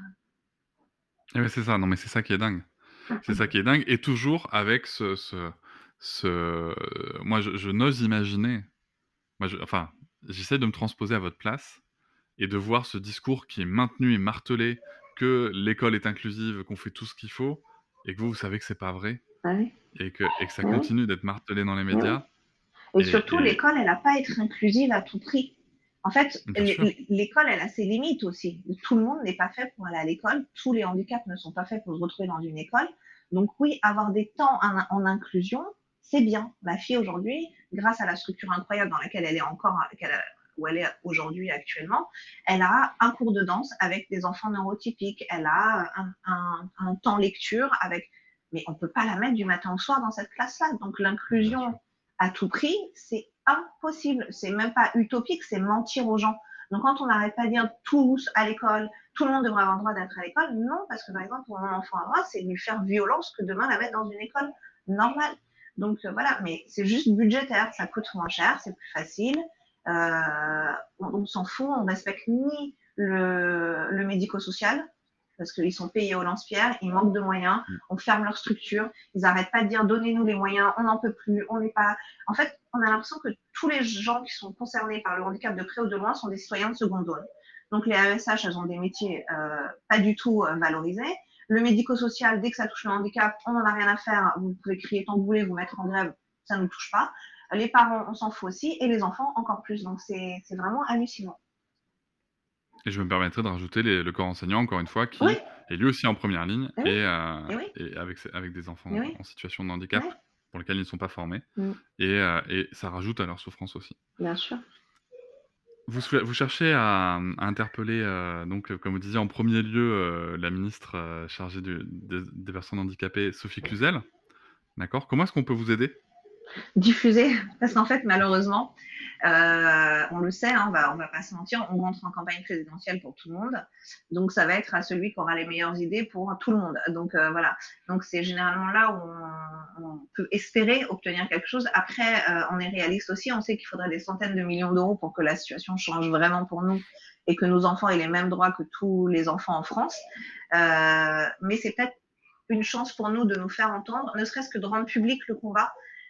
Speaker 3: Euh...
Speaker 1: Eh ben, c'est ça, non mais c'est ça qui est dingue. C'est ça qui est dingue. Et toujours avec ce. ce, ce... Moi, je, je n'ose imaginer. Moi, je, enfin, j'essaie de me transposer à votre place et de voir ce discours qui est maintenu et martelé que l'école est inclusive, qu'on fait tout ce qu'il faut et que vous, vous savez que c'est pas vrai.
Speaker 3: Ah oui.
Speaker 1: Et que, et que ça
Speaker 3: Oui.
Speaker 1: continue d'être martelé dans les médias.
Speaker 3: Et, et surtout, et... l'école, elle n'a pas à être inclusive à tout prix. En fait, l'école, elle a ses limites aussi. Tout le monde n'est pas fait pour aller à l'école. Tous les handicaps ne sont pas faits pour se retrouver dans une école. Donc oui, avoir des temps en, en inclusion, c'est bien. Ma fille aujourd'hui, grâce à la structure incroyable dans laquelle elle est encore, qu'elle a, où elle est aujourd'hui actuellement, elle a un cours de danse avec des enfants neurotypiques. Elle a un, un, un temps lecture avec... Mais on ne peut pas la mettre du matin au soir dans cette classe-là. Donc l'inclusion à tout prix, c'est impossible. C'est même pas utopique, c'est mentir aux gens. Donc quand on n'arrête pas de dire tous à l'école, tout le monde devrait avoir le droit d'être à l'école, non, parce que par exemple pour mon enfant à moi, c'est lui faire violence que demain la mettre dans une école normale. Donc euh, voilà, mais c'est juste budgétaire, ça coûte moins cher, c'est plus facile. Euh, on, on s'en fout, on respecte ni le, le médico-social, parce qu'ils sont payés au lance-pierre, ils manquent de moyens, on ferme leur structure, ils n'arrêtent pas de dire donnez-nous les moyens, on n'en peut plus, on n'est pas... En fait, on a l'impression que tous les gens qui sont concernés par le handicap de près ou de loin sont des citoyens de seconde zone. Donc les A E S H, elles ont des métiers euh, pas du tout euh, valorisés. Le médico-social, dès que ça touche le handicap, on n'en a rien à faire, vous pouvez crier tant que vous voulez, vous mettre en grève, ça ne nous touche pas. Les parents, on s'en fout aussi, et les enfants encore plus. Donc c'est, c'est vraiment hallucinant.
Speaker 1: Et je me permettrai de rajouter les, le corps enseignant, encore une fois, qui
Speaker 3: oui.
Speaker 1: est lui aussi en première ligne,
Speaker 3: oui.
Speaker 1: et, euh,
Speaker 3: et, oui.
Speaker 1: et avec, avec des enfants
Speaker 3: oui.
Speaker 1: en situation de handicap,
Speaker 3: oui.
Speaker 1: pour lesquels ils ne sont pas formés,
Speaker 3: mm.
Speaker 1: et, euh, et ça rajoute à leur souffrance aussi.
Speaker 3: Bien sûr.
Speaker 1: Vous, vous cherchez à, à interpeller, euh, donc, comme vous disiez, en premier lieu, euh, la ministre euh, chargée du, des, des personnes handicapées, Sophie Cluzel. D'accord. Comment est-ce qu'on peut vous aider ?
Speaker 3: Diffuser, parce qu'en fait, malheureusement, euh, on le sait, hein, on va, on va pas se mentir, on rentre en campagne présidentielle pour tout le monde, donc ça va être à celui qui aura les meilleures idées pour tout le monde. Donc euh, voilà, donc c'est généralement là où on, on peut espérer obtenir quelque chose. Après, euh, on est réaliste aussi, on sait qu'il faudrait des centaines de millions d'euros pour que la situation change vraiment pour nous et que nos enfants aient les mêmes droits que tous les enfants en France. Euh, mais c'est peut-être une chance pour nous de nous faire entendre, ne serait-ce que de rendre public le combat.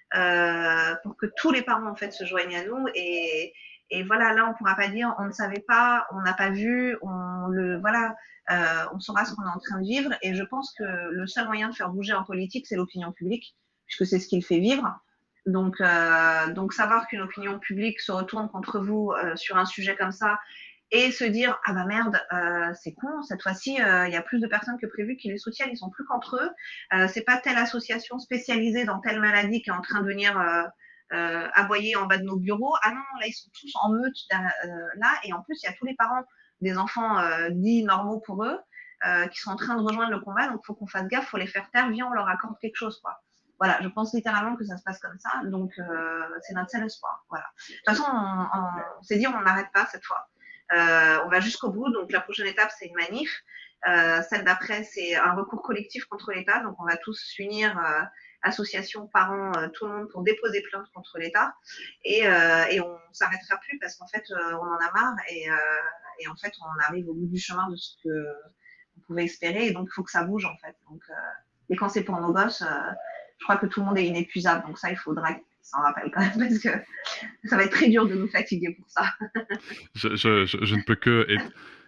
Speaker 3: Euh, pour que tous les parents en fait se joignent à nous et, et voilà, là on pourra pas dire on ne savait pas, on n'a pas vu, on le voilà, euh, on saura ce qu'on est en train de vivre et je pense que le seul moyen de faire bouger en politique c'est l'opinion publique puisque c'est ce qui le fait vivre. Donc euh, donc savoir qu'une opinion publique se retourne contre vous euh, sur un sujet comme ça et se dire ah bah merde euh, c'est con cette fois-ci il euh, y a plus de personnes que prévu qui les soutiennent, ils sont plus qu'entre eux, euh, c'est pas telle association spécialisée dans telle maladie qui est en train de venir euh, euh, aboyer en bas de nos bureaux, ah non là ils sont tous en meute euh, là et en plus il y a tous les parents des enfants euh, dits normaux pour eux euh, qui sont en train de rejoindre le combat, donc faut qu'on fasse gaffe, faut les faire taire, viens on leur accorde quelque chose quoi. Voilà, je pense littéralement que ça se passe comme ça, donc euh, c'est notre seul espoir. Voilà. De toute façon, on, on, on s'est dit on n'arrête pas cette fois. Euh, on va jusqu'au bout, donc la prochaine étape c'est une manif, euh, celle d'après c'est un recours collectif contre l'État, donc on va tous s'unir, euh, associations, parents, euh, tout le monde pour déposer plainte contre l'État et, euh, et on s'arrêtera plus parce qu'en fait euh, on en a marre et, euh, et en fait on arrive au bout du chemin de ce que on pouvait espérer et donc il faut que ça bouge en fait. Donc, euh, et quand c'est pour nos gosses, euh, je crois que tout le monde est inépuisable, donc ça il faudra s'en rappelle quand même parce que ça va être très dur de nous fatiguer pour ça.
Speaker 1: je, je, je, je ne peux que être,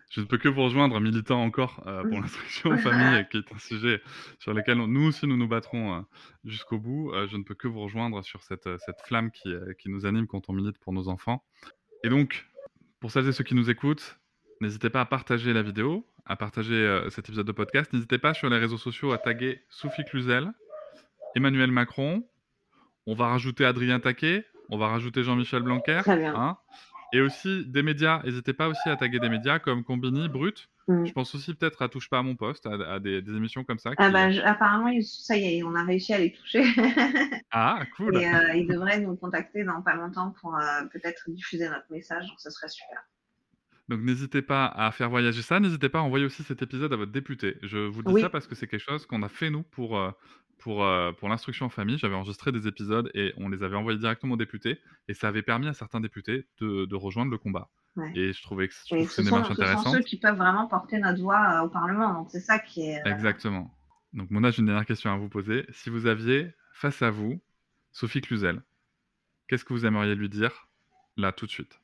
Speaker 1: Je ne peux que vous rejoindre, militant encore euh, pour l'instruction en famille, qui est un sujet sur lequel on- nous aussi nous nous battrons euh, jusqu'au bout. Euh, je ne peux que vous rejoindre sur cette, euh, cette flamme qui, euh, qui nous anime quand on milite pour nos enfants. Et donc, pour celles et ceux qui nous écoutent, n'hésitez pas à partager la vidéo, à partager euh, cet épisode de podcast. N'hésitez pas sur les réseaux sociaux à taguer Sophie Cluzel, Emmanuel Macron. On va rajouter Adrien Taquet, on va rajouter Jean-Michel Blanquer.
Speaker 3: Très bien.
Speaker 1: Hein, et aussi des médias. N'hésitez pas aussi à taguer des médias comme Combini, Brut.
Speaker 3: Mm.
Speaker 1: Je pense aussi peut-être à Touche pas à mon poste, à, à des, des émissions comme ça. Qui...
Speaker 3: Ah bah, je, apparemment, ils- ça y est, on a réussi à les toucher.
Speaker 1: Ah, cool.
Speaker 3: Et euh, ils devraient nous contacter dans pas longtemps pour euh, peut-être diffuser notre message, donc ça serait super.
Speaker 1: Donc n'hésitez pas à faire voyager ça. N'hésitez pas à envoyer aussi cet épisode à votre député. Je vous dis
Speaker 3: Oui.
Speaker 1: ça parce que c'est quelque chose qu'on a fait nous pour, euh, pour, euh, pour l'instruction en famille. J'avais enregistré des épisodes et on les avait envoyés directement aux députés. Et ça avait permis à certains députés de, de rejoindre le combat.
Speaker 3: Ouais.
Speaker 1: Et je trouvais que, je
Speaker 3: Et
Speaker 1: trouve que c'est
Speaker 3: ce
Speaker 1: une
Speaker 3: sont,
Speaker 1: démarche
Speaker 3: ce sont
Speaker 1: intéressante.
Speaker 3: ceux qui peuvent vraiment porter notre voix euh, au Parlement, donc c'est ça qui est... euh,
Speaker 1: Exactement. Donc Mona, j'ai une dernière question à vous poser. Si vous aviez face à vous Sophie Cluzel, qu'est-ce que vous aimeriez lui dire là tout de suite?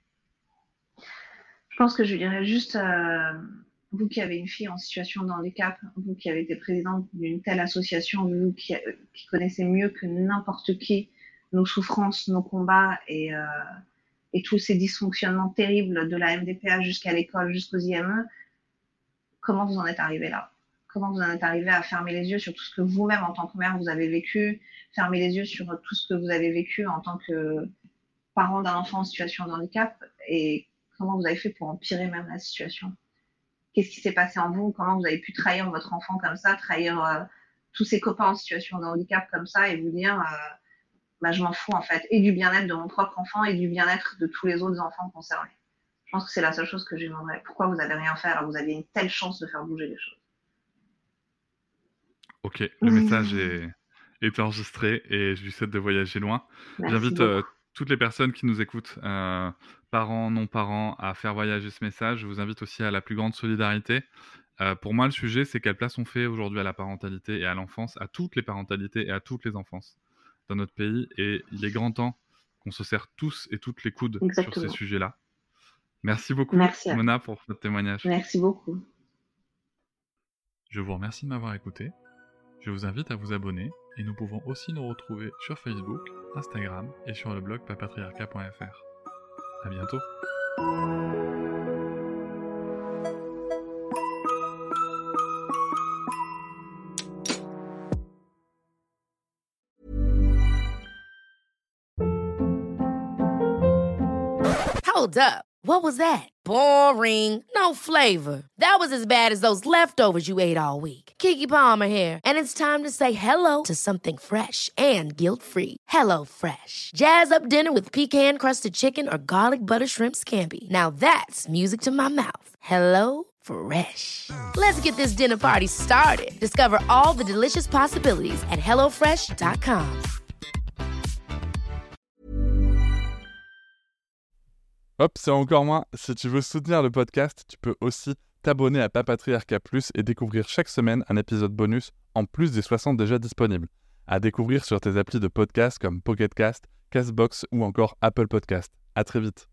Speaker 3: Je pense que je dirais juste, euh, vous qui avez une fille en situation de handicap, vous qui avez été présidente d'une telle association, vous qui, qui connaissez mieux que n'importe qui nos souffrances, nos combats et, euh, et tous ces dysfonctionnements terribles de la M D P A jusqu'à l'école, jusqu'aux I M E, comment vous en êtes arrivé là? Comment vous en êtes arrivé à fermer les yeux sur tout ce que vous-même en tant que mère vous avez vécu, fermer les yeux sur tout ce que vous avez vécu en tant que parent d'un enfant en situation de handicap et comment vous avez fait pour empirer même la situation? Qu'est-ce qui s'est passé en vous? Comment vous avez pu trahir votre enfant comme ça, trahir euh, tous ses copains en situation de handicap comme ça et vous dire euh, bah, je m'en fous en fait, et du bien-être de mon propre enfant et du bien-être de tous les autres enfants concernés. Je pense que c'est la seule chose que je demanderais. Pourquoi vous n'avez rien fait alors que vous aviez une telle chance de faire bouger les choses?
Speaker 1: Ok, le message est, est enregistré et je lui souhaite de voyager loin.
Speaker 3: Merci
Speaker 1: J'invite
Speaker 3: beaucoup.
Speaker 1: euh, toutes les personnes qui nous écoutent, euh, parents, non-parents, à faire voyager ce message. Je vous invite aussi à la plus grande solidarité. Euh, pour moi, le sujet, c'est quelle place on fait aujourd'hui à la parentalité et à l'enfance, à toutes les parentalités et à toutes les enfances dans notre pays. Et il est grand temps qu'on se serre tous et toutes les coudes
Speaker 3: Exactement.
Speaker 1: sur ces sujets-là. Merci beaucoup,
Speaker 3: Merci à-
Speaker 1: Mona, pour votre témoignage.
Speaker 3: Merci beaucoup.
Speaker 1: Je vous remercie de m'avoir écouté. Je vous invite à vous abonner et nous pouvons aussi nous retrouver sur Facebook, Instagram et sur le blog papatriarca point f r. À bientôt.
Speaker 4: Hold up. What was that? Boring. No flavor. That was as bad as those leftovers you ate all week. Keke Palmer here, and it's time to say hello to something fresh and guilt-free. Hello Fresh. Jazz up dinner with pecan-crusted chicken or garlic butter shrimp scampi. Now that's music to my mouth. Hello Fresh. Let's get this dinner party started. Discover all the delicious possibilities at hello fresh dot com.
Speaker 5: Hop, c'est encore moins. Si tu veux soutenir le podcast, tu peux aussi t'abonner à Papatriarca Plus et découvrir chaque semaine un épisode bonus en plus des soixante déjà disponibles. À découvrir sur tes applis de podcast comme Pocket Cast, Castbox ou encore Apple Podcast. À très vite.